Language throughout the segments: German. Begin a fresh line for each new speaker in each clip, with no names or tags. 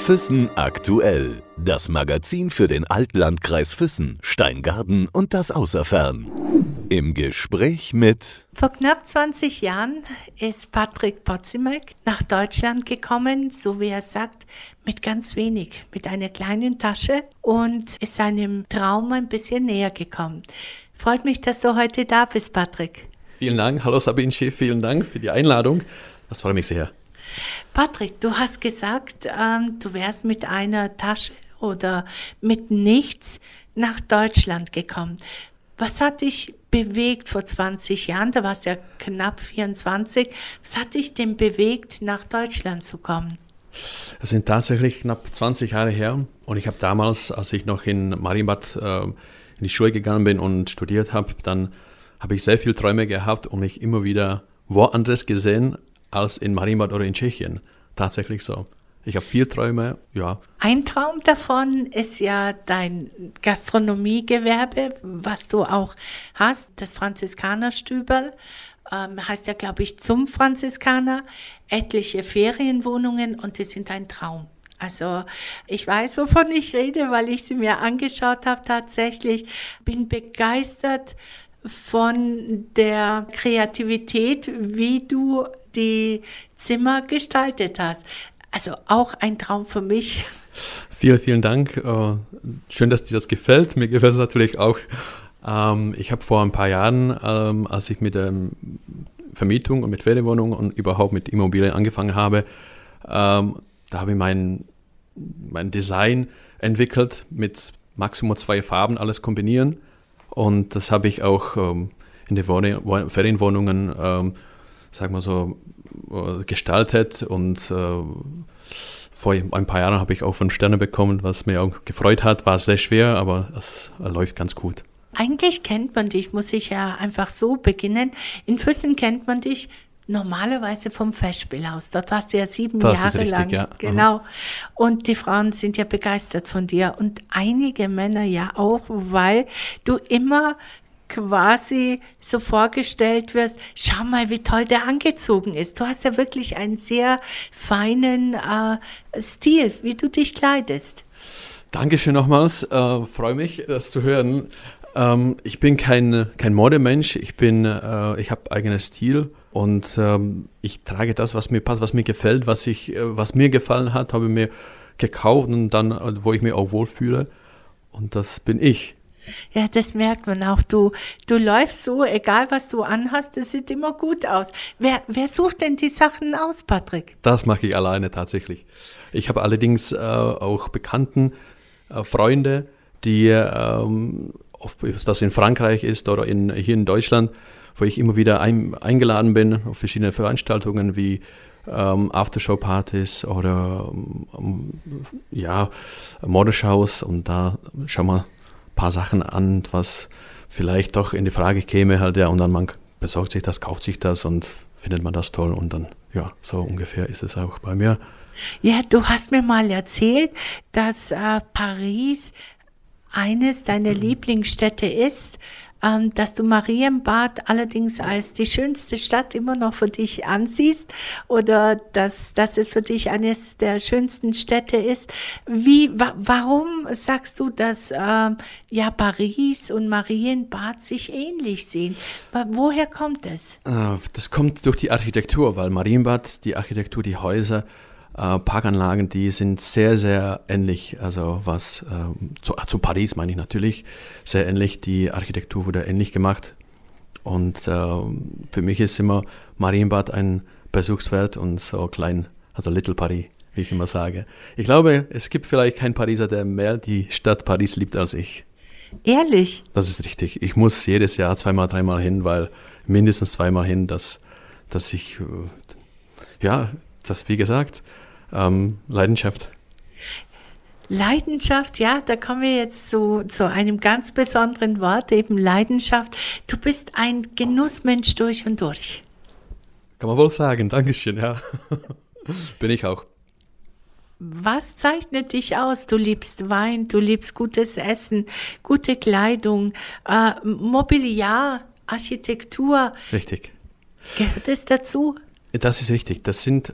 Füssen aktuell. Das Magazin für den Altlandkreis Füssen, Steingarten und das Außerfern. Im Gespräch mit...
Vor knapp 20 Jahren ist Patrick Pozimek nach Deutschland gekommen, so wie er sagt, mit ganz wenig, mit einer kleinen Tasche und ist seinem Traum ein bisschen näher gekommen. Freut mich, dass du heute da bist, Patrick.
Vielen Dank. Hallo Sabinci, vielen Dank für die Einladung. Das freut mich sehr.
Patrick, du hast gesagt, du wärst mit einer Tasche oder mit nichts nach Deutschland gekommen. Was hat dich bewegt vor 20 Jahren? Da warst du ja knapp 24. Was hat dich denn bewegt, nach Deutschland zu kommen?
Das sind tatsächlich knapp 20 Jahre her. Und ich habe damals, als ich noch in Marienbad in die Schule gegangen bin und studiert habe, dann habe ich sehr viele Träume gehabt und mich immer wieder woanders gesehen als in Marienbad oder in Tschechien. Tatsächlich so. Ich habe viele Träume, ja.
Ein Traum davon ist ja dein Gastronomiegewerbe, was du auch hast, das Franziskanerstüberl. Heißt ja, glaube ich, zum Franziskaner, etliche Ferienwohnungen und die sind ein Traum. Also ich weiß, wovon ich rede, weil ich sie mir angeschaut habe tatsächlich. Bin begeistert von der Kreativität, wie du die Zimmer gestaltet hast. Also auch ein Traum für mich.
Vielen, vielen Dank. Schön, dass dir das gefällt. Mir gefällt es natürlich auch. Ich habe vor ein paar Jahren, als ich mit der Vermietung und mit Ferienwohnungen und überhaupt mit Immobilien angefangen habe, da habe ich mein Design entwickelt mit maximal 2 Farben, alles kombinieren. Und das habe ich auch in den Ferienwohnungen, sagen wir so, gestaltet. Und vor ein paar Jahren habe ich auch 5 Sterne bekommen, was mir auch gefreut hat. War sehr schwer, aber es läuft ganz gut.
Eigentlich kennt man dich, muss ich ja einfach so beginnen. In Füssen kennt man dich normalerweise vom Festspielhaus. Dort warst du ja 7
das
Jahre
ist richtig,
lang.
Ja.
Genau. Und die Frauen sind ja begeistert von dir und einige Männer ja auch, weil du immer quasi so vorgestellt wirst, schau mal, wie toll der angezogen ist. Du hast ja wirklich einen sehr feinen Stil, wie du dich kleidest.
Dankeschön nochmals. Freue mich, das zu hören. Ich bin kein Modemensch. Ich habe eigenen Stil und ich trage das, was mir passt, was mir gefällt, was mir gefallen hat, habe ich mir gekauft und dann, wo ich mich auch wohlfühle. Und das bin ich.
Ja, das merkt man auch. Du läufst so, egal was du anhast, das sieht immer gut aus. Wer sucht denn die Sachen aus, Patrick?
Das mache ich alleine tatsächlich. Ich habe allerdings auch Bekannten, Freunde, die, ob das in Frankreich ist oder hier in Deutschland, wo ich immer wieder eingeladen bin auf verschiedene Veranstaltungen wie Aftershow-Partys oder Modeshows und da schauen wir paar Sachen an, was vielleicht doch in die Frage käme halt, ja, und dann man besorgt sich das, kauft sich das und findet man das toll und dann, ja, so ungefähr ist es auch bei mir.
Ja, du hast mir mal erzählt, dass Paris eines deiner Lieblingsstädte ist, dass du Marienbad allerdings als die schönste Stadt immer noch für dich ansiehst oder dass es für dich eines der schönsten Städte ist. Warum sagst du, dass Paris und Marienbad sich ähnlich sehen? Woher kommt es?
Das kommt durch die Architektur, weil Marienbad, die Architektur, die Häuser, Parkanlagen, die sind sehr, sehr ähnlich, also was zu Paris meine ich natürlich, sehr ähnlich, die Architektur wurde ähnlich gemacht und für mich ist immer Marienbad ein Besuchswert und so klein, also Little Paris, wie ich immer sage. Ich glaube, es gibt vielleicht keinen Pariser, der mehr die Stadt Paris liebt als ich.
Ehrlich?
Das ist richtig. Ich muss jedes Jahr 2-mal, 3-mal hin, weil mindestens 2-mal hin, dass ich, das wie gesagt, Leidenschaft.
Leidenschaft, ja, da kommen wir jetzt zu einem ganz besonderen Wort, eben Leidenschaft. Du bist ein Genussmensch durch und durch.
Kann man wohl sagen, Dankeschön, ja. Bin ich auch.
Was zeichnet dich aus? Du liebst Wein, du liebst gutes Essen, gute Kleidung, Mobiliar, Architektur.
Richtig.
Gehört es dazu?
Das ist richtig. Das sind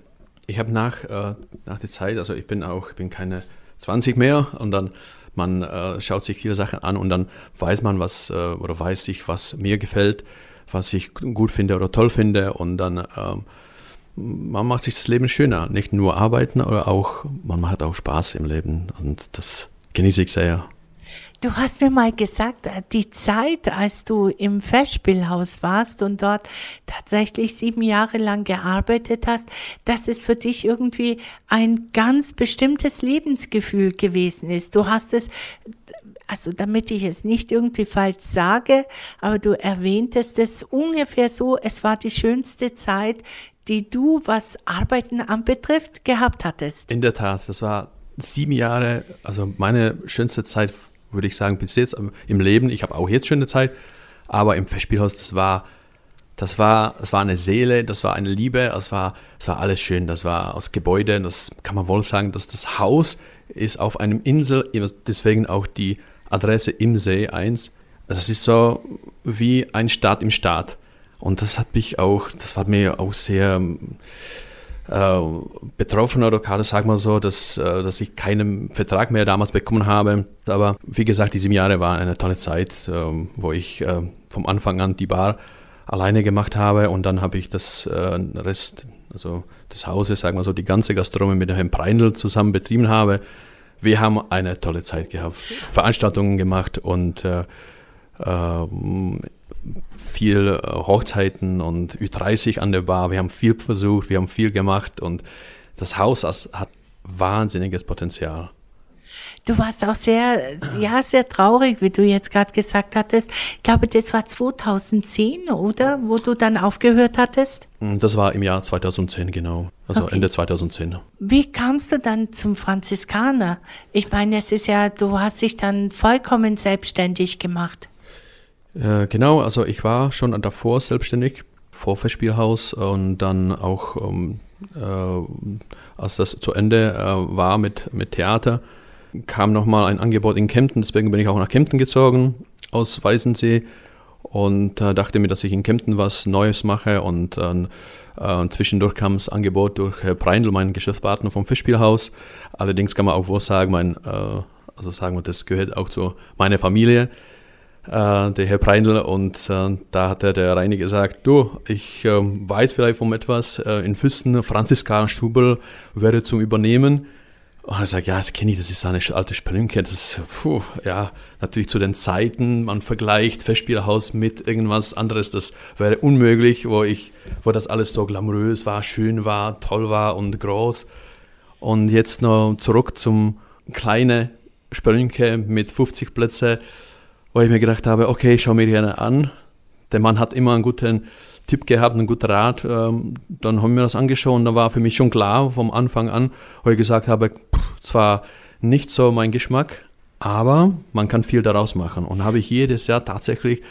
Ich habe nach der Zeit, also ich bin keine 20 mehr und dann man schaut sich viele Sachen an und dann weiß man weiß ich, was mir gefällt, was ich gut finde oder toll finde und dann man macht sich das Leben schöner, nicht nur arbeiten, aber auch man hat auch Spaß im Leben und das genieße ich sehr.
Du hast mir mal gesagt, die Zeit, als du im Festspielhaus warst und dort tatsächlich 7 Jahre lang gearbeitet hast, dass es für dich irgendwie ein ganz bestimmtes Lebensgefühl gewesen ist. Du hast es, also damit ich es nicht irgendwie falsch sage, aber du erwähntest es ungefähr so, es war die schönste Zeit, die du, was Arbeiten anbetrifft, gehabt hattest.
In der Tat, das war 7 Jahre, also meine schönste Zeit, würde ich sagen, bis jetzt im Leben. Ich habe auch jetzt schöne Zeit, aber im Festspielhaus, das war eine Seele, das war eine Liebe, es war alles schön, das war aus Gebäude, das kann man wohl sagen, dass das Haus ist auf einem Insel, deswegen auch die Adresse im See 1. Also es ist so wie ein Staat im Staat. Und das war mir auch sehr betroffen oder gerade sagen wir so, dass ich keinen Vertrag mehr damals bekommen habe. Aber wie gesagt, die 7 Jahre waren eine tolle Zeit, wo ich vom Anfang an die Bar alleine gemacht habe und dann habe ich das Rest, also des Hauses, sagen wir so, die ganze Gastronomie mit Herrn Preindl zusammen betrieben habe. Wir haben eine tolle Zeit gehabt, Veranstaltungen gemacht und viel Hochzeiten und Ü30 an der Bar. Wir haben viel versucht, wir haben viel gemacht und das Haus hat wahnsinniges Potenzial.
Du warst auch sehr traurig, wie du jetzt gerade gesagt hattest. Ich glaube, das war 2010, oder? Wo du dann aufgehört hattest?
Das war im Jahr 2010, genau. Also okay. Ende 2010.
Wie kamst du dann zum Franziskaner? Ich meine, es ist ja, du hast dich dann vollkommen selbstständig gemacht.
Genau, also ich war schon davor selbstständig, vor Festspielhaus und dann auch, als das zu Ende war mit Theater, kam nochmal ein Angebot in Kempten, deswegen bin ich auch nach Kempten gezogen, aus Weißensee und dachte mir, dass ich in Kempten was Neues mache und zwischendurch kam das Angebot durch Herr Preindl, meinen Geschäftspartner vom Festspielhaus. Allerdings kann man auch wohl sagen, das gehört auch zu meiner Familie. Der Herr Preindl und da hat der Reini gesagt, du, ich weiß vielleicht von etwas, in Füssen, Franziskanerstubel wäre zum Übernehmen. Und er sagt, ja, das kenne ich, das ist eine alte Spelunke, das ist, natürlich zu den Zeiten, man vergleicht Festspielhaus mit irgendwas anderes, das wäre unmöglich, wo das alles so glamourös war, schön war, toll war und groß. Und jetzt noch zurück zum kleinen Spelunke mit 50 Plätzen, wo ich mir gedacht habe, okay, ich schaue mir gerne an. Der Mann hat immer einen guten Tipp gehabt, einen guten Rat. Dann haben wir mir das angeschaut und da war für mich schon klar vom Anfang an, wo ich gesagt habe, zwar nicht so mein Geschmack, aber man kann viel daraus machen. Und habe ich jedes Jahr tatsächlich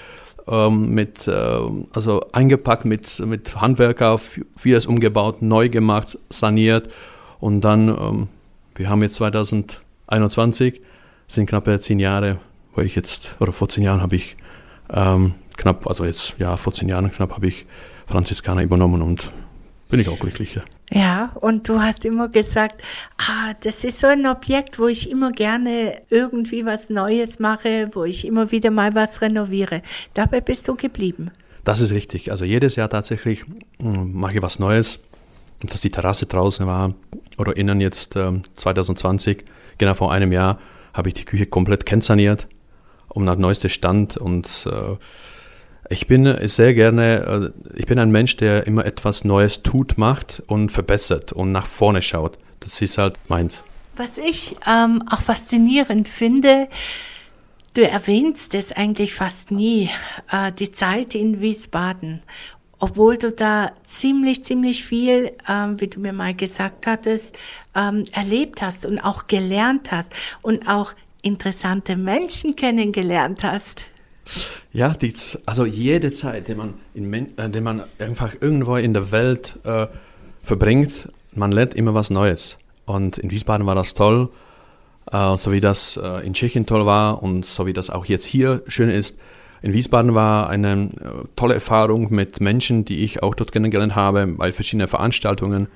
eingepackt mit Handwerker, vieles umgebaut, neu gemacht, saniert. Und dann, wir haben jetzt 2021, sind knappe 10 Jahre, vor 10 Jahren habe ich vor 10 Jahren habe ich Franziskaner übernommen und bin ich auch glücklich.
Ja, und du hast immer gesagt, das ist so ein Objekt, wo ich immer gerne irgendwie was Neues mache, wo ich immer wieder mal was renoviere. Dabei bist du geblieben.
Das ist richtig. Also jedes Jahr tatsächlich mache ich was Neues. Ob das die Terrasse draußen war oder innen jetzt 2020, genau vor einem Jahr, habe ich die Küche komplett kernsaniert, um nach neuestem Stand und ich bin ein Mensch, der immer etwas Neues tut, macht und verbessert und nach vorne schaut. Das ist halt meins.
Was ich auch faszinierend finde, du erwähnst es eigentlich fast nie, die Zeit in Wiesbaden. Obwohl du da ziemlich viel, wie du mir mal gesagt hattest, erlebt hast und auch gelernt hast und auch interessante Menschen kennengelernt hast.
Ja, also jede Zeit, die man einfach irgendwo in der Welt verbringt, man lernt immer was Neues. Und in Wiesbaden war das toll, so wie das in Tschechien toll war und so wie das auch jetzt hier schön ist. In Wiesbaden war eine tolle Erfahrung mit Menschen, die ich auch dort kennengelernt habe, bei verschiedenen Veranstaltungen.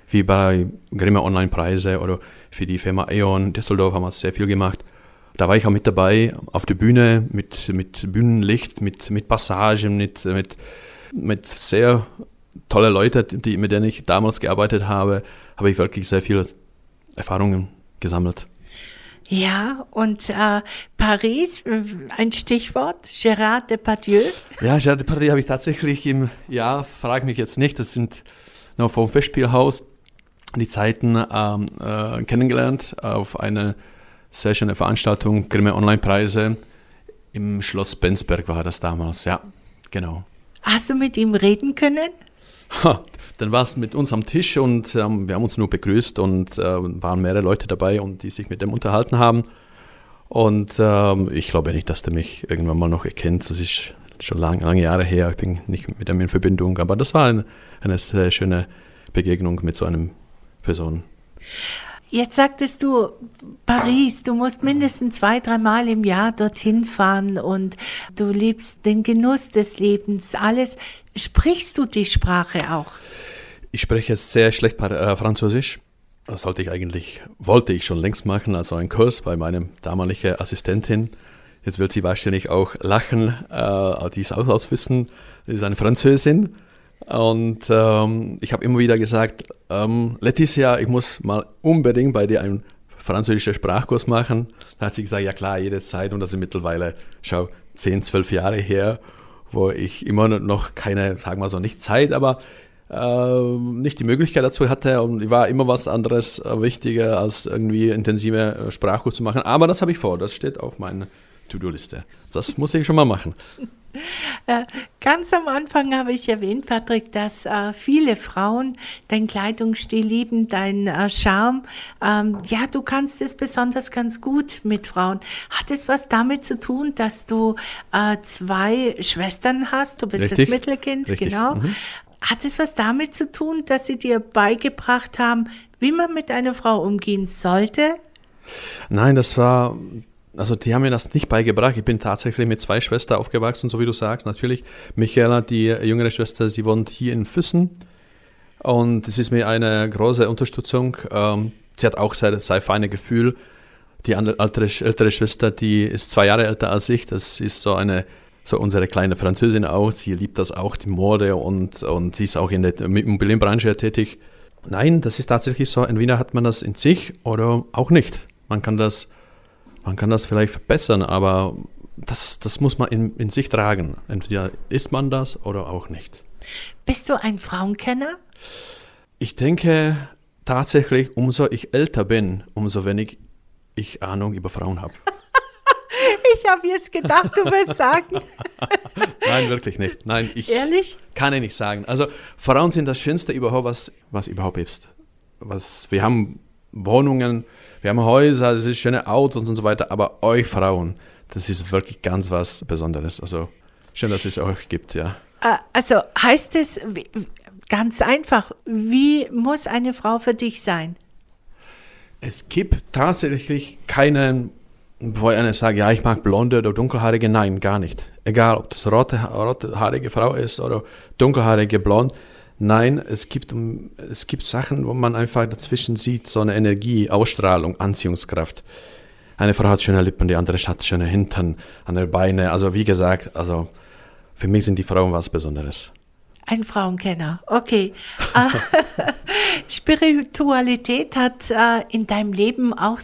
wie bei Grimme Online-Preise oder für die Firma E.ON Düsseldorf haben wir sehr viel gemacht. Da war ich auch mit dabei, auf der Bühne, mit Bühnenlicht, mit Passagen, mit sehr tolle Leute, mit denen ich damals gearbeitet habe ich wirklich sehr viele Erfahrungen gesammelt.
Ja, und Paris, ein Stichwort, Gérard Depardieu.
Ja, Gérard Depardieu habe ich tatsächlich frag mich jetzt nicht, das sind noch vom Festspielhaus die Zeiten kennengelernt auf eine sehr schöne Veranstaltung, Grimme Online-Preise im Schloss Bensberg war das damals, ja, genau.
Hast du mit ihm reden können?
Dann war es mit uns am Tisch und wir haben uns nur begrüßt und waren mehrere Leute dabei und die sich mit dem unterhalten haben. Und ich glaube nicht, dass der mich irgendwann mal noch erkennt. Das ist schon lange Jahre her. Ich bin nicht mit ihm in Verbindung. Aber das war eine sehr schöne Begegnung mit so einer Person.
Jetzt sagtest du, Paris, du musst mindestens 2-3 Mal im Jahr dorthin fahren und du liebst den Genuss des Lebens, alles. Sprichst du die Sprache auch?
Ich spreche sehr schlecht Französisch. Das wollte ich schon längst machen, also einen Kurs bei meiner damaligen Assistentin. Jetzt wird sie wahrscheinlich auch lachen, die ist auch aus Füssen, die ist eine Französin. Und ich habe immer wieder gesagt, Laetitia, ich muss mal unbedingt bei dir einen französischen Sprachkurs machen. Da hat sie gesagt, ja klar, jederzeit. Und das ist mittlerweile, 10, 12 Jahre her, wo ich immer noch keine, sagen wir so, nicht Zeit, aber nicht die Möglichkeit dazu hatte. Und war immer was anderes wichtiger, als irgendwie intensive Sprachkurs zu machen. Aber das habe ich vor, das steht auf meiner To-Do-Liste. Das muss ich schon mal machen.
Ganz am Anfang habe ich erwähnt, Patrick, dass viele Frauen deinen Kleidungsstil lieben, deinen Charme. Ja, du kannst es besonders ganz gut mit Frauen. Hat es was damit zu tun, dass du 2 Schwestern hast? Du bist
Richtig,
das Mittelkind,
richtig.
Genau.
Mhm.
Hat es was damit zu tun, dass sie dir beigebracht haben, wie man mit einer Frau umgehen sollte?
Nein, also die haben mir das nicht beigebracht. Ich bin tatsächlich mit 2 Schwestern aufgewachsen, so wie du sagst. Natürlich, Michaela, die jüngere Schwester, sie wohnt hier in Füssen. Und es ist mir eine große Unterstützung. Sie hat auch sehr feines Gefühl. Die ältere Schwester, die ist 2 Jahre älter als ich. Das ist so unsere kleine Französin auch. Sie liebt das auch, die Mode und sie ist auch in der Immobilienbranche tätig. Nein, das ist tatsächlich so. Entweder hat man das in sich oder auch nicht. Man kann das vielleicht verbessern, aber das muss man in sich tragen. Entweder ist man das oder auch nicht.
Bist du ein Frauenkenner?
Ich denke tatsächlich, umso ich älter bin, umso weniger ich Ahnung über Frauen habe.
Ich habe jetzt gedacht, du wirst sagen.
Nein, wirklich nicht. Nein,
Ehrlich?
Kann ich nicht sagen. Also Frauen sind das Schönste überhaupt, was überhaupt ist. Wir haben Wohnungen, wir haben Häuser, das ist schöne Autos und so weiter, aber euch Frauen, das ist wirklich ganz was Besonderes. Also schön, dass es euch gibt, ja.
Also heißt es ganz einfach, wie muss eine Frau für dich sein?
Es gibt tatsächlich keinen, wo einer sagt, ja, ich mag blonde oder dunkelhaarige. Nein, gar nicht. Egal, ob das rothaarige Frau ist oder dunkelhaarige blond. Nein, es gibt Sachen, wo man einfach dazwischen sieht, so eine Energie, Ausstrahlung, Anziehungskraft. Eine Frau hat schöne Lippen, die andere hat schöne Hintern, andere Beine. Also wie gesagt, für mich sind die Frauen was Besonderes.
Ein Frauenkenner, okay. Spiritualität hat in deinem Leben auch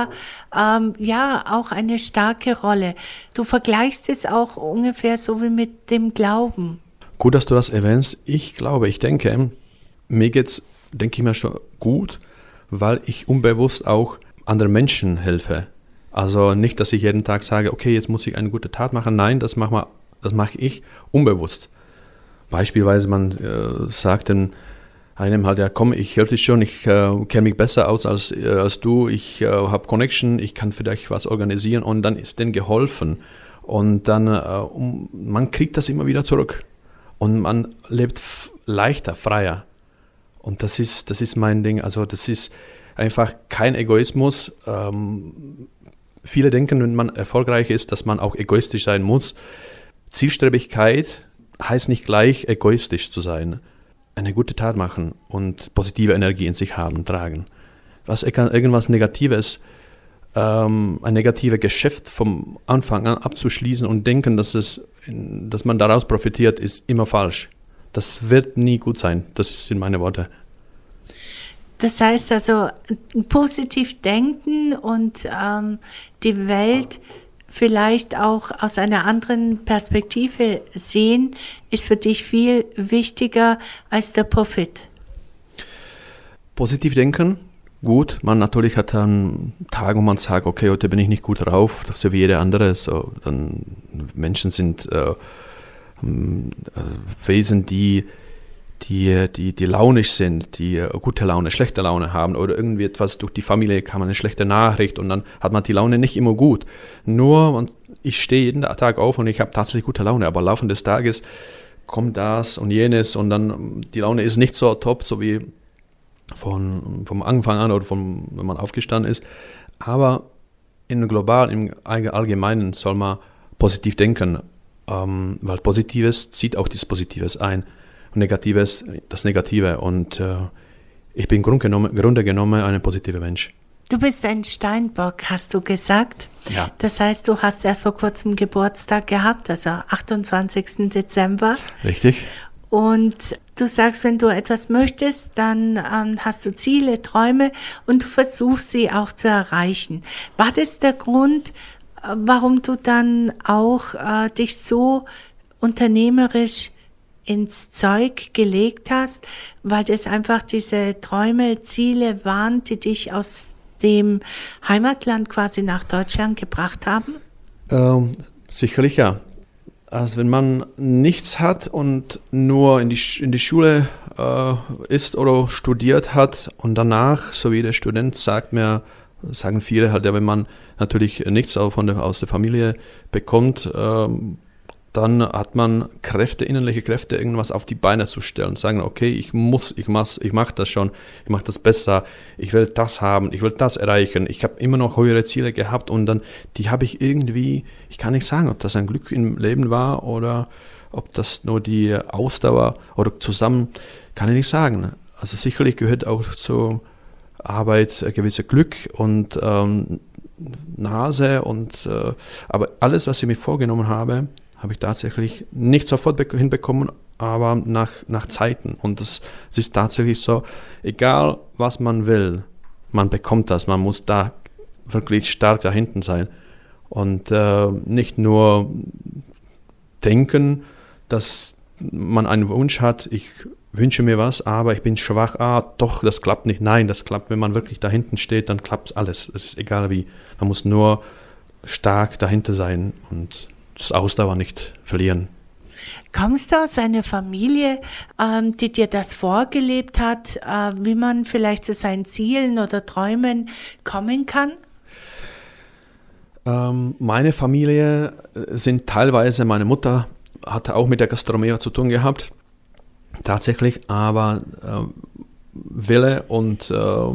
auch eine starke Rolle. Du vergleichst es auch ungefähr so wie mit dem Glauben.
Gut, dass du das erwähnst. Ich denke, mir geht's, denke ich mir schon gut, weil ich unbewusst auch anderen Menschen helfe. Also nicht, dass ich jeden Tag sage, okay, jetzt muss ich eine gute Tat machen. Nein, das mache ich unbewusst. Beispielsweise man sagt dann einem halt, ja komm, ich helfe dir schon, ich kenne mich besser aus als du, ich habe Connection, ich kann vielleicht was organisieren und dann ist denen geholfen. Und dann, man kriegt das immer wieder zurück. Und man lebt leichter, freier. Und das ist mein Ding. Also das ist einfach kein Egoismus. Viele denken, wenn man erfolgreich ist, dass man auch egoistisch sein muss. Zielstrebigkeit heißt nicht gleich egoistisch zu sein. eine gute Tat machen und positive Energie in sich haben, tragen. Irgendwas Negatives, ein negatives Geschäft vom Anfang an abzuschließen und denken, dass man daraus profitiert, ist immer falsch. Das wird nie gut sein. Das sind meine Worte.
Das heißt also, positiv denken und die Welt vielleicht auch aus einer anderen Perspektive sehen, ist für dich viel wichtiger als der Profit.
Positiv denken, gut. Man natürlich hat dann Tage, wo man sagt, okay, heute bin ich nicht gut drauf, so wie jeder andere. So, dann Menschen sind Wesen, die launisch sind, die gute Laune, schlechte Laune haben oder irgendwie etwas durch die Familie kam eine schlechte Nachricht und dann hat man die Laune nicht immer gut. Nur, ich stehe jeden Tag auf und ich habe tatsächlich gute Laune, aber im Laufe des Tages kommt das und jenes und dann die Laune ist nicht so top, so wie vom Anfang an oder wenn man aufgestanden ist. Aber im Allgemeinen soll man positiv denken, weil Positives zieht auch das Positives ein. Negatives, das Negative und ich bin Grunde genommen ein positiver Mensch.
Du bist ein Steinbock, hast du gesagt.
Ja.
Das heißt, du hast erst vor kurzem Geburtstag gehabt, also 28. Dezember.
Richtig.
Und du sagst, wenn du etwas möchtest, dann hast du Ziele, Träume und du versuchst sie auch zu erreichen. War das der Grund, warum du dann auch dich so unternehmerisch ins Zeug gelegt hast, weil das einfach diese Träume, Ziele waren, die dich aus dem Heimatland quasi nach Deutschland gebracht haben?
Sicherlich ja. Also wenn man nichts hat und nur in die Schule ist oder studiert hat und danach, so wie der Student sagen viele halt, ja, wenn man natürlich nichts aus der Familie bekommt, dann hat man innerliche Kräfte, irgendwas auf die Beine zu stellen und sagen, okay, ich mache das schon, ich mache das besser, ich will das haben, ich will das erreichen. Ich habe immer noch höhere Ziele gehabt und dann, die habe ich irgendwie, ich kann nicht sagen, ob das ein Glück im Leben war oder ob das nur die Ausdauer oder zusammen, kann ich nicht sagen. Also sicherlich gehört auch zur Arbeit ein gewisses Glück und Nase aber alles, was ich mir vorgenommen habe ich tatsächlich nicht sofort hinbekommen, aber nach Zeiten. Und es ist tatsächlich so, egal was man will, man bekommt das. Man muss da wirklich stark dahinten sein. Und nicht nur denken, dass man einen Wunsch hat, ich wünsche mir was, aber ich bin schwach, doch, das klappt nicht. Nein, das klappt, wenn man wirklich dahinten steht, dann klappt alles. Es ist egal wie. Man muss nur stark dahinter sein und das Ausdauer nicht verlieren.
Kommst du aus einer Familie, die dir das vorgelebt hat, wie man vielleicht zu seinen Zielen oder Träumen kommen kann?
Meine Familie sind teilweise, meine Mutter hatte auch mit der Gastronomie zu tun gehabt, tatsächlich, aber Wille und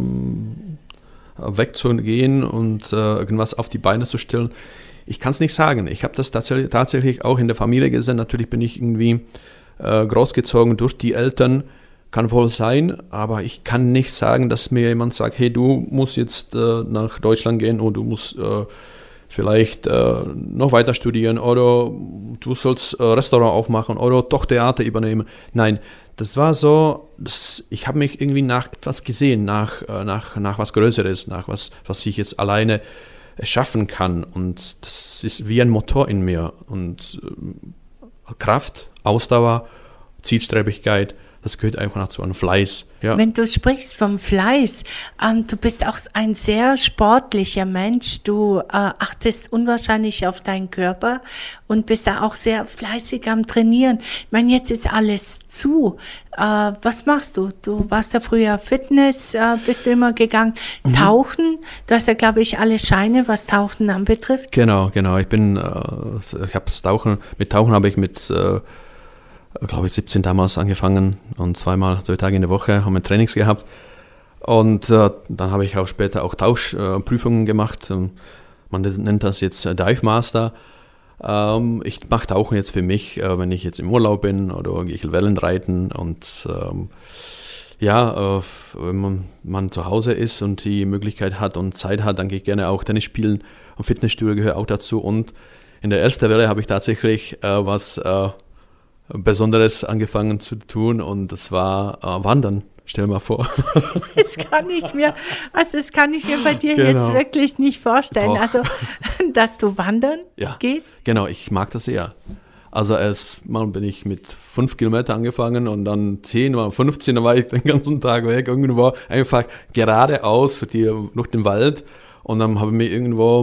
wegzugehen und irgendwas auf die Beine zu stellen, ich kann es nicht sagen. Ich habe das tatsächlich auch in der Familie gesehen. Natürlich bin ich irgendwie großgezogen durch die Eltern. Kann wohl sein, aber ich kann nicht sagen, dass mir jemand sagt, hey, du musst jetzt nach Deutschland gehen und du musst vielleicht noch weiter studieren oder du sollst Restaurant aufmachen oder doch Theater übernehmen. Nein, das war so, ich habe mich irgendwie nach etwas gesehen, nach was Größeres, nach was ich jetzt alleine schaffen kann und das ist wie ein Motor in mir und Kraft, Ausdauer, Zielstrebigkeit, das gehört einfach zu einem Fleiß. Ja.
Wenn du sprichst vom Fleiß, du bist auch ein sehr sportlicher Mensch, du achtest unwahrscheinlich auf deinen Körper und bist da auch sehr fleißig am Trainieren. Ich meine, jetzt ist alles zu. Was machst du? Du warst ja früher Fitness, bist du immer gegangen. Tauchen, du hast ja, glaube ich, alle Scheine, was Tauchen anbetrifft.
Genau. Ich habe das Tauchen, mit Tauchen habe ich mit glaube ich 17 damals angefangen und 2 Tage in der Woche haben wir Trainings gehabt und dann habe ich auch später auch Tauchprüfungen gemacht. Man nennt das jetzt Dive Master. Ich mache Tauchen jetzt für mich, wenn ich jetzt im Urlaub bin oder gehe ich Wellen reiten und wenn man zu Hause ist und die Möglichkeit hat und Zeit hat, dann gehe ich gerne auch Tennis spielen und Fitnessstudio gehört auch dazu. Und in der ersten Welle habe ich tatsächlich was Besonderes angefangen zu tun und das war Wandern. Stell mal vor.
Das kann ich mir bei dir jetzt wirklich nicht vorstellen.
Doch.
Also, dass du wandern gehst?
Genau, ich mag das sehr. Also erstmal bin ich mit 5 Kilometern angefangen und dann 10 oder 15, dann war ich den ganzen Tag weg. Irgendwo einfach geradeaus durch den Wald und dann habe ich mir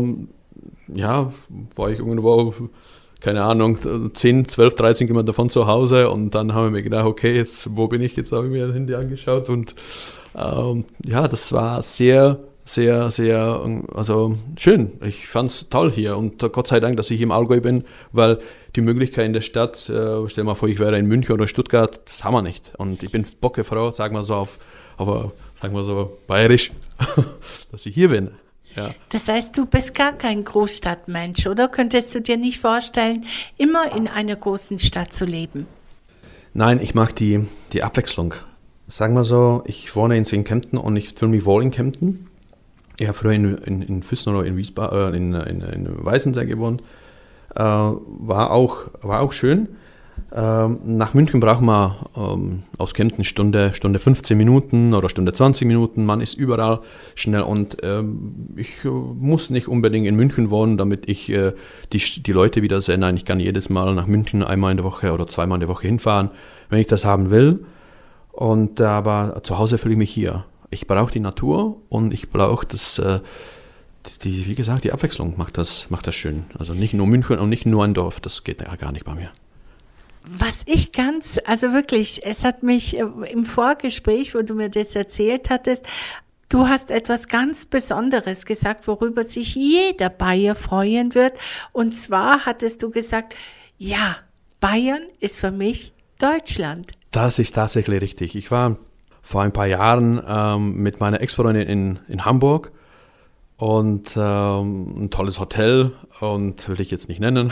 war ich irgendwo, keine Ahnung, 10, 12, 13 Kilometer von zu Hause und dann haben wir mir gedacht, okay, jetzt, wo bin ich? Jetzt habe ich mir das Handy angeschaut und das war sehr, sehr, sehr, also schön. Ich fand es toll hier und Gott sei Dank, dass ich hier im Allgäu bin, weil die Möglichkeit in der Stadt, stell dir mal vor, ich wäre in München oder Stuttgart, das haben wir nicht. Und ich bin bockefroh, sagen wir so sagen wir so bayerisch, dass ich hier bin. Ja.
Das heißt, du bist gar kein Großstadtmensch, oder? Könntest du dir nicht vorstellen, immer in einer großen Stadt zu leben?
Nein, ich mag die Abwechslung. Sagen wir so, ich wohne in Kempten und ich fühle mich wohl in Kempten. Ich habe früher in Füssen oder in Wiesbaden, in Weißensee gewohnt. War auch schön. Nach München braucht man aus Kempten Stunde 15 Minuten oder Stunde 20 Minuten. Man ist überall schnell und ich muss nicht unbedingt in München wohnen, damit ich die Leute wieder sehe. Nein, ich kann jedes Mal nach München einmal in der Woche oder zweimal in der Woche hinfahren, wenn ich das haben will. Aber zu Hause fühle ich mich hier. Ich brauche die Natur und ich brauche wie gesagt, die Abwechslung macht das schön. Also nicht nur München und nicht nur ein Dorf, das geht ja gar nicht bei mir.
Was ich also wirklich, es hat mich im Vorgespräch, wo du mir das erzählt hattest, du hast etwas ganz Besonderes gesagt, worüber sich jeder Bayer freuen wird. Und zwar hattest du gesagt, ja, Bayern ist für mich Deutschland.
Das ist tatsächlich richtig. Ich war vor ein paar Jahren mit meiner Ex-Freundin in Hamburg und ein tolles Hotel und will ich jetzt nicht nennen.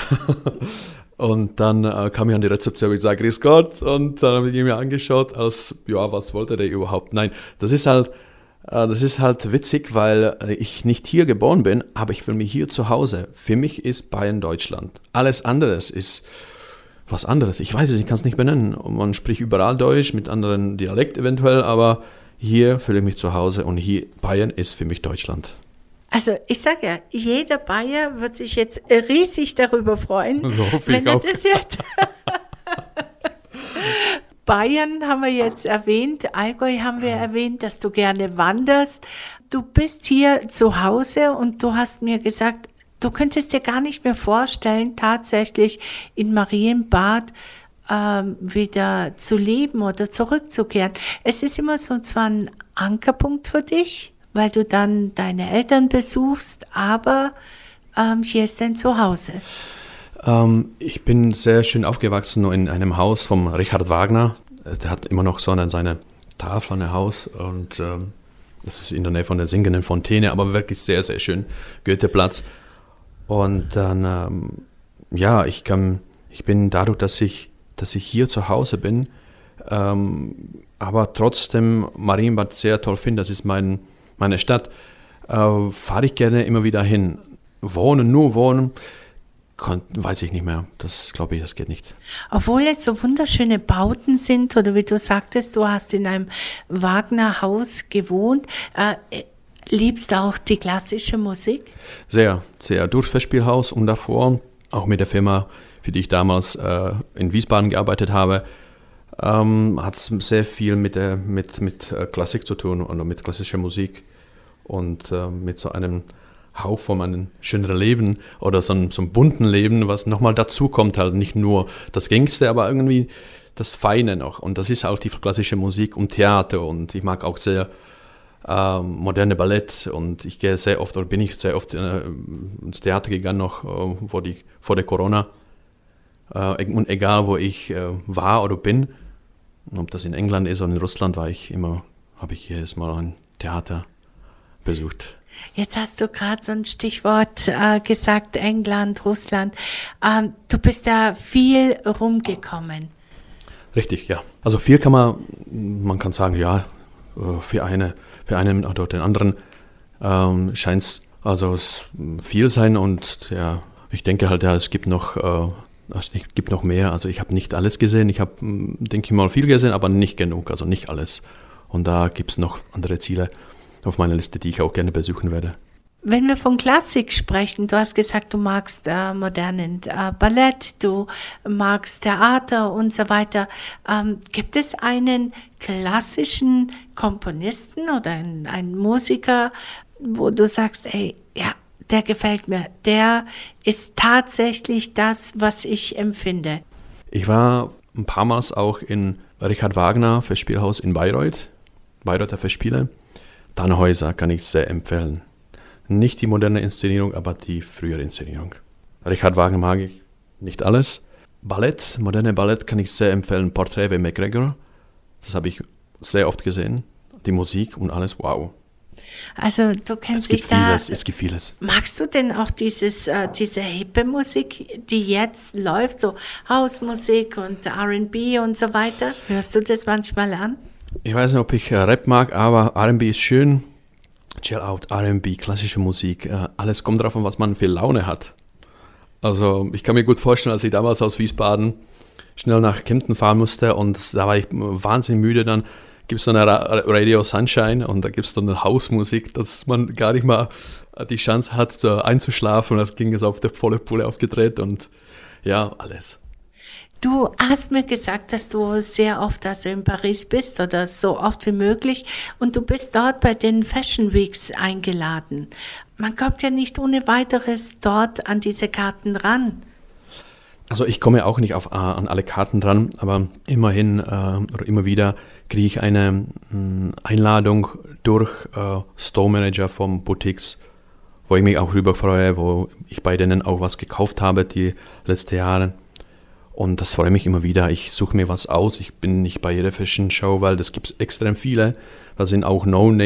Und dann kam ich an die Rezeption und ich sage, grüß Gott. Und dann habe ich ihn mir angeschaut, was wollte der überhaupt? Nein, das ist halt witzig, weil ich nicht hier geboren bin, aber ich fühle mich hier zu Hause. Für mich ist Bayern Deutschland. Alles anderes ist was anderes. Ich weiß es, ich kann es nicht benennen. Man spricht überall Deutsch, mit anderen Dialekt eventuell, aber hier fühle ich mich zu Hause und hier Bayern ist für mich Deutschland.
Also ich sage ja, jeder Bayer wird sich jetzt riesig darüber freuen, wenn er das hört. Bayern haben wir jetzt erwähnt, Allgäu haben wir erwähnt, dass du gerne wanderst. Du bist hier zu Hause und du hast mir gesagt, du könntest dir gar nicht mehr vorstellen, tatsächlich in Marienbad wieder zu leben oder zurückzukehren. Es ist immer so zwar ein Ankerpunkt für dich, weil du dann deine Eltern besuchst, aber hier ist dein Zuhause.
Ich bin sehr schön aufgewachsen in einem Haus von Richard Wagner. Der hat immer noch so seine Tafel an der Haus und das ist in der Nähe von der Singenden Fontäne, aber wirklich sehr, sehr schön. Goetheplatz. Und dann, ich bin dadurch, dass ich hier zu Hause bin, aber trotzdem Marienbad sehr toll finde, das ist meine Stadt, fahre ich gerne immer wieder hin. Nur wohnen, weiß ich nicht mehr. Das glaube ich, das geht nicht.
Obwohl es so wunderschöne Bauten sind, oder wie du sagtest, du hast in einem Wagner-Haus gewohnt, liebst du auch die klassische Musik?
Sehr, sehr. Durch Festspielhaus und davor, auch mit der Firma, für die ich damals in Wiesbaden gearbeitet habe, hat es sehr viel mit Klassik zu tun oder mit klassischer Musik und mit so einem Hauch von einem schöneren Leben oder so einem bunten Leben, was nochmal dazu kommt, halt nicht nur das Gängste, aber irgendwie das Feine noch. Und das ist auch die klassische Musik und Theater und ich mag auch sehr moderne Ballett und ich gehe sehr oft oder bin ich sehr oft ins Theater gegangen noch vor der Corona und egal wo ich war oder bin, ob das in England ist oder in Russland habe ich jedes Mal ein Theater besucht.
Jetzt hast du gerade so ein Stichwort gesagt, England, Russland. Du bist da viel rumgekommen.
Richtig, ja. Also viel man kann sagen, ja, für einen oder den anderen scheint es viel sein und ja, ich denke halt, ja, es gibt noch mehr. Also ich habe nicht alles gesehen, ich habe, denke ich mal, viel gesehen, aber nicht genug, also nicht alles. Und da gibt es noch andere Ziele auf meiner Liste, die ich auch gerne besuchen werde.
Wenn wir von Klassik sprechen, du hast gesagt, du magst modernen Ballett, du magst Theater und so weiter. Gibt es einen klassischen Komponisten oder einen Musiker, wo du sagst, ey, ja, der gefällt mir, der ist tatsächlich das, was ich empfinde?
Ich war ein paar Mal auch in Richard Wagner Festspielhaus in Bayreuth, Bayreuther Festspiele. Tannhäuser kann ich sehr empfehlen. Nicht die moderne Inszenierung, aber die frühere Inszenierung. Richard Wagner mag ich nicht alles. Ballett, moderne Ballett kann ich sehr empfehlen. Portrait wie MacGregor, das habe ich sehr oft gesehen. Die Musik und alles, wow.
Also du kennst dich da.
Es gibt vieles.
Magst du denn auch diese hippe Musik, die jetzt läuft, so Hausmusik und R&B und so weiter? Hörst du das manchmal an?
Ich weiß nicht, ob ich Rap mag, aber R&B ist schön. Chill-out, R&B, klassische Musik, alles kommt darauf an, was man für Laune hat. Also ich kann mir gut vorstellen, als ich damals aus Wiesbaden schnell nach Kempten fahren musste und da war ich wahnsinnig müde, dann gibt es so eine Radio Sunshine und da gibt es so eine Hausmusik, dass man gar nicht mal die Chance hat, einzuschlafen und das ging es auf der volle Pulle aufgedreht und ja, alles.
Du hast mir gesagt, dass du sehr oft also in Paris bist oder so oft wie möglich und du bist dort bei den Fashion Weeks eingeladen. Man kommt ja nicht ohne weiteres dort an diese Karten ran.
Also ich komme auch nicht an alle Karten dran, aber immerhin oder immer wieder kriege ich eine Einladung durch Store Manager von Boutiques, wo ich mich auch rüber freue, wo ich bei denen auch was gekauft habe die letzten Jahre. Und das freut mich immer wieder. Ich suche mir was aus. Ich bin nicht bei jeder Fashion Show, weil das gibt es extrem viele. Da sind auch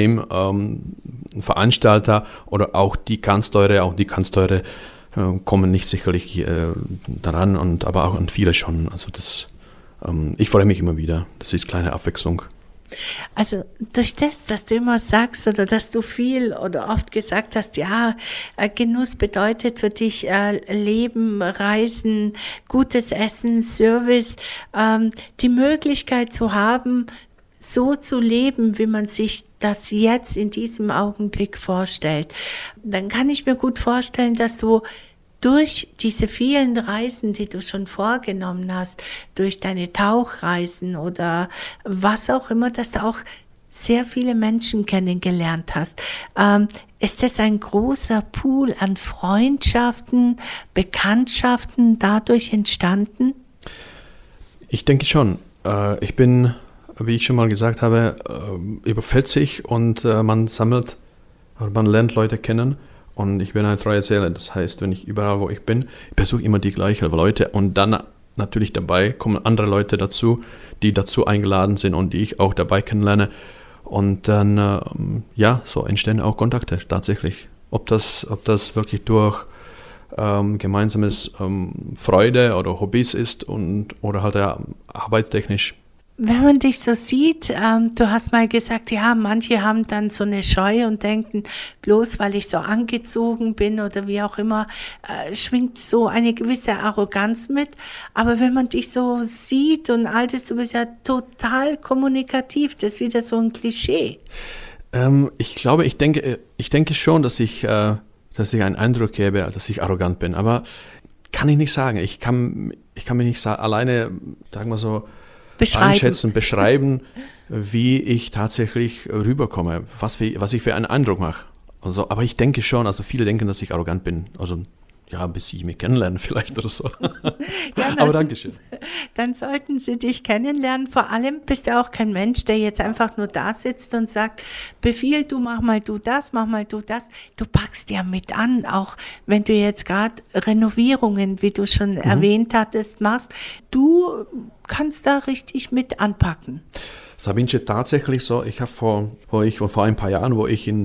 No-Name-Veranstalter oder auch die ganz teure. Kommen nicht sicherlich daran, aber auch an viele schon. Also ich freue mich immer wieder. Das ist kleine Abwechslung.
Also durch das, dass du immer sagst oder dass du viel oder oft gesagt hast, ja, Genuss bedeutet für dich Leben, Reisen, gutes Essen, Service, die Möglichkeit zu haben, so zu leben, wie man sich das jetzt in diesem Augenblick vorstellt, dann kann ich mir gut vorstellen, dass du durch diese vielen Reisen, die du schon vorgenommen hast, durch deine Tauchreisen oder was auch immer, dass du auch sehr viele Menschen kennengelernt hast. Ist das ein großer Pool an Freundschaften, Bekanntschaften dadurch entstanden?
Ich denke schon. Ich bin, wie ich schon mal gesagt habe, über 40 und man lernt Leute kennen. Und ich bin ein treuer Seele, das heißt, wenn ich überall, wo ich bin, ich besuche immer die gleichen Leute und dann natürlich dabei kommen andere Leute dazu, die dazu eingeladen sind und die ich auch dabei kennenlerne. Und dann, so entstehen auch Kontakte tatsächlich. Ob das wirklich durch gemeinsames Freude oder Hobbys ist oder halt arbeitstechnisch.
Wenn man dich so sieht, du hast mal gesagt, ja, manche haben dann so eine Scheu und denken, bloß weil ich so angezogen bin oder wie auch immer, schwingt so eine gewisse Arroganz mit. Aber wenn man dich so sieht und all das, du bist ja total kommunikativ, das ist wieder so ein Klischee.
Ich denke schon, dass ich einen Eindruck gebe, dass ich arrogant bin, aber kann ich nicht sagen. Ich kann mich nicht alleine, sagen wir so, beschreiben, wie ich tatsächlich rüberkomme, was ich für einen Eindruck mache. Also, aber ich denke schon, also viele denken, dass ich arrogant bin. Also ja, bis sie mich kennenlernen vielleicht oder so.
Ja,
aber Dankeschön.
Dann sollten sie dich kennenlernen. Vor allem bist du auch kein Mensch, der jetzt einfach nur da sitzt und sagt, Befehl, du mach mal du das, mach mal du das. Du packst ja mit an, auch wenn du jetzt gerade Renovierungen, wie du schon erwähnt hattest, machst. Du kannst da richtig mit anpacken.
Sabinche, tatsächlich so. Ich habe vor ein paar Jahren, wo ich in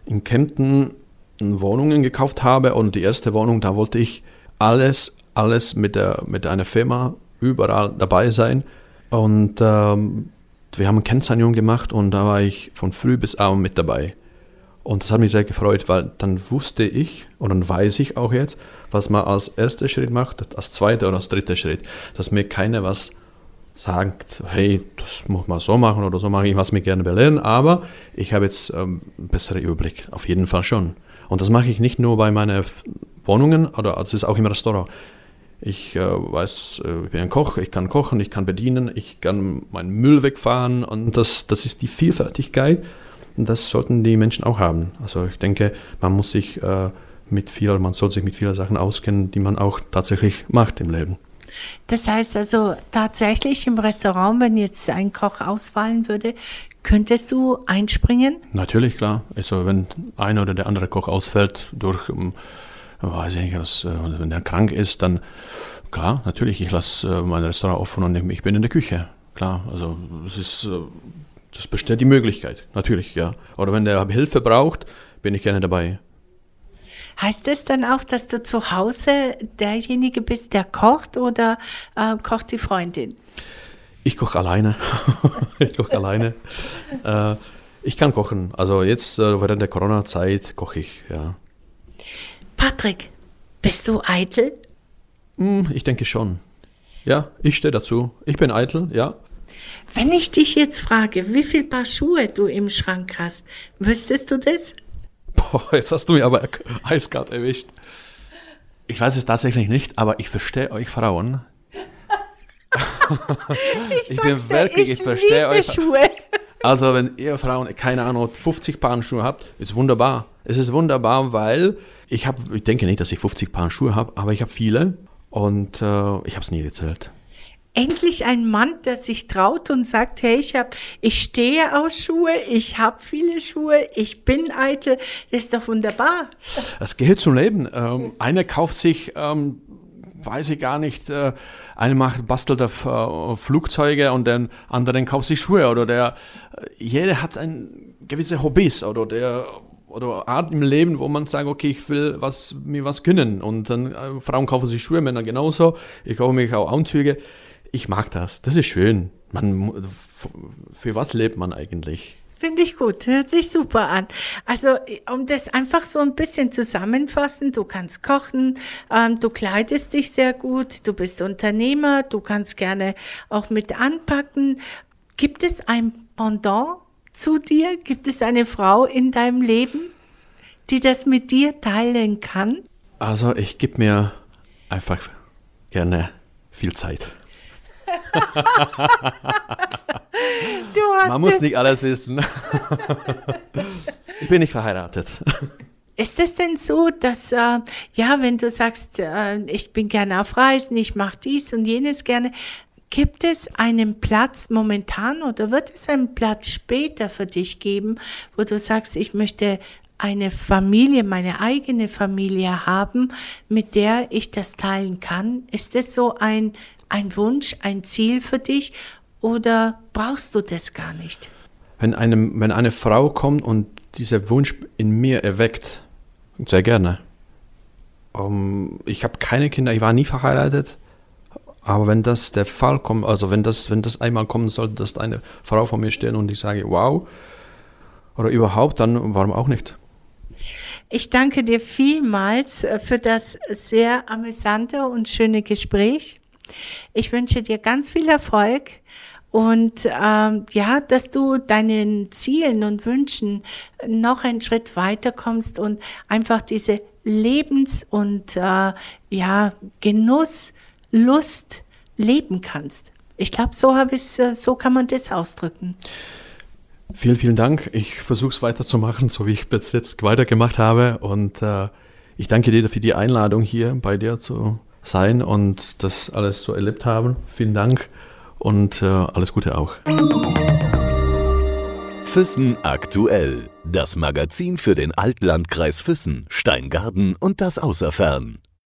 in Kempten Wohnungen gekauft habe und die erste Wohnung, da wollte ich alles mit einer Firma überall dabei sein. Und wir haben eine Kennzeichnung gemacht und da war ich von früh bis abend mit dabei. Und das hat mich sehr gefreut, weil dann wusste ich und dann weiß ich auch jetzt, was man als erster Schritt macht, als zweiter oder als dritter Schritt, dass mir keiner was sagt, hey, das muss man so machen oder so machen, ich was mir gerne belehren, aber ich habe jetzt einen besseren Überblick, auf jeden Fall schon. Und das mache ich nicht nur bei meinen Wohnungen, oder das ist auch im Restaurant. Ich weiß, ich bin ein Koch, ich kann kochen, ich kann bedienen, ich kann meinen Müll wegfahren und das ist die Vielfältigkeit und das sollten die Menschen auch haben. Also ich denke, man soll sich mit vielen Sachen auskennen, die man auch tatsächlich macht im Leben.
Das heißt also tatsächlich im Restaurant, wenn jetzt ein Koch ausfallen würde, könntest du einspringen?
Natürlich, klar. Also wenn einer oder der andere Koch ausfällt durch, weiß ich nicht, wenn er krank ist, dann klar, natürlich, ich lasse mein Restaurant offen und ich bin in der Küche. Klar, also das besteht die Möglichkeit, natürlich, ja. Oder wenn der Hilfe braucht, bin ich gerne dabei.
Heißt es dann auch, dass du zu Hause derjenige bist, der kocht oder kocht die Freundin?
Ich koche alleine. Ich kann kochen. Also jetzt während der Corona-Zeit koche ich, ja.
Patrick, bist du eitel?
Ich denke schon. Ja, ich stehe dazu. Ich bin eitel, ja.
Wenn ich dich jetzt frage, wie viel Paar Schuhe du im Schrank hast, wüsstest du das?
Boah, jetzt hast du mich aber eiskalt erwischt. Ich weiß es tatsächlich nicht, aber ich verstehe euch Frauen. Ich verstehe euch.
Schuhe.
Also wenn ihr Frauen, keine Ahnung, 50 Paar Schuhe habt, ist wunderbar. Es ist wunderbar, weil ich denke nicht, dass ich 50 Paar Schuhe habe, aber ich habe viele und ich habe es nie gezählt.
Endlich ein Mann, der sich traut und sagt, hey, ich stehe auf Schuhe, ich habe viele Schuhe, ich bin eitel, das ist doch wunderbar.
Es gehört zum Leben. Einer kauft sich, weiß ich gar nicht, einer bastelt auf Flugzeuge und den anderen kauft sich Schuhe oder jeder hat gewisse Hobbys oder Art im Leben, wo man sagt, okay, ich will mir was gönnen und dann Frauen kaufen sich Schuhe, Männer genauso, ich kaufe mich auch Anzüge. Ich mag das. Das ist schön. Für was lebt man eigentlich?
Finde ich gut. Hört sich super an. Also, um das einfach so ein bisschen zusammenfassen, du kannst kochen, du kleidest dich sehr gut, du bist Unternehmer, du kannst gerne auch mit anpacken. Gibt es ein Pendant zu dir? Gibt es eine Frau in deinem Leben, die das mit dir teilen kann?
Also, ich gebe mir einfach gerne viel Zeit. Man muss nicht alles wissen. Ich bin nicht verheiratet.
Ist es denn so, dass, wenn du sagst, ich bin gerne auf Reisen, ich mache dies und jenes gerne, gibt es einen Platz momentan oder wird es einen Platz später für dich geben, wo du sagst, ich möchte eine Familie, meine eigene Familie haben, mit der ich das teilen kann? Ist es so ein Wunsch, ein Ziel für dich oder brauchst du das gar nicht?
Wenn eine Frau kommt und dieser Wunsch in mir erweckt, sehr gerne. Ich habe keine Kinder, ich war nie verheiratet, aber wenn das der Fall kommt, also wenn das einmal kommen sollte, dass eine Frau vor mir steht und ich sage, wow, oder überhaupt, dann warum auch nicht?
Ich danke dir vielmals für das sehr amüsante und schöne Gespräch. Ich wünsche dir ganz viel Erfolg und dass du deinen Zielen und Wünschen noch einen Schritt weiter kommst und einfach diese Lebens- und Genuss, Lust leben kannst. Ich glaube, so kann man das ausdrücken.
Vielen, vielen Dank. Ich versuche es weiterzumachen, so wie ich bis jetzt weitergemacht habe und ich danke dir für die Einladung hier bei dir zu sein und das alles so erlebt haben. Vielen Dank und alles Gute auch.
Füssen aktuell. Das Magazin für den Altlandkreis Füssen, Steingarten und das Außerfern.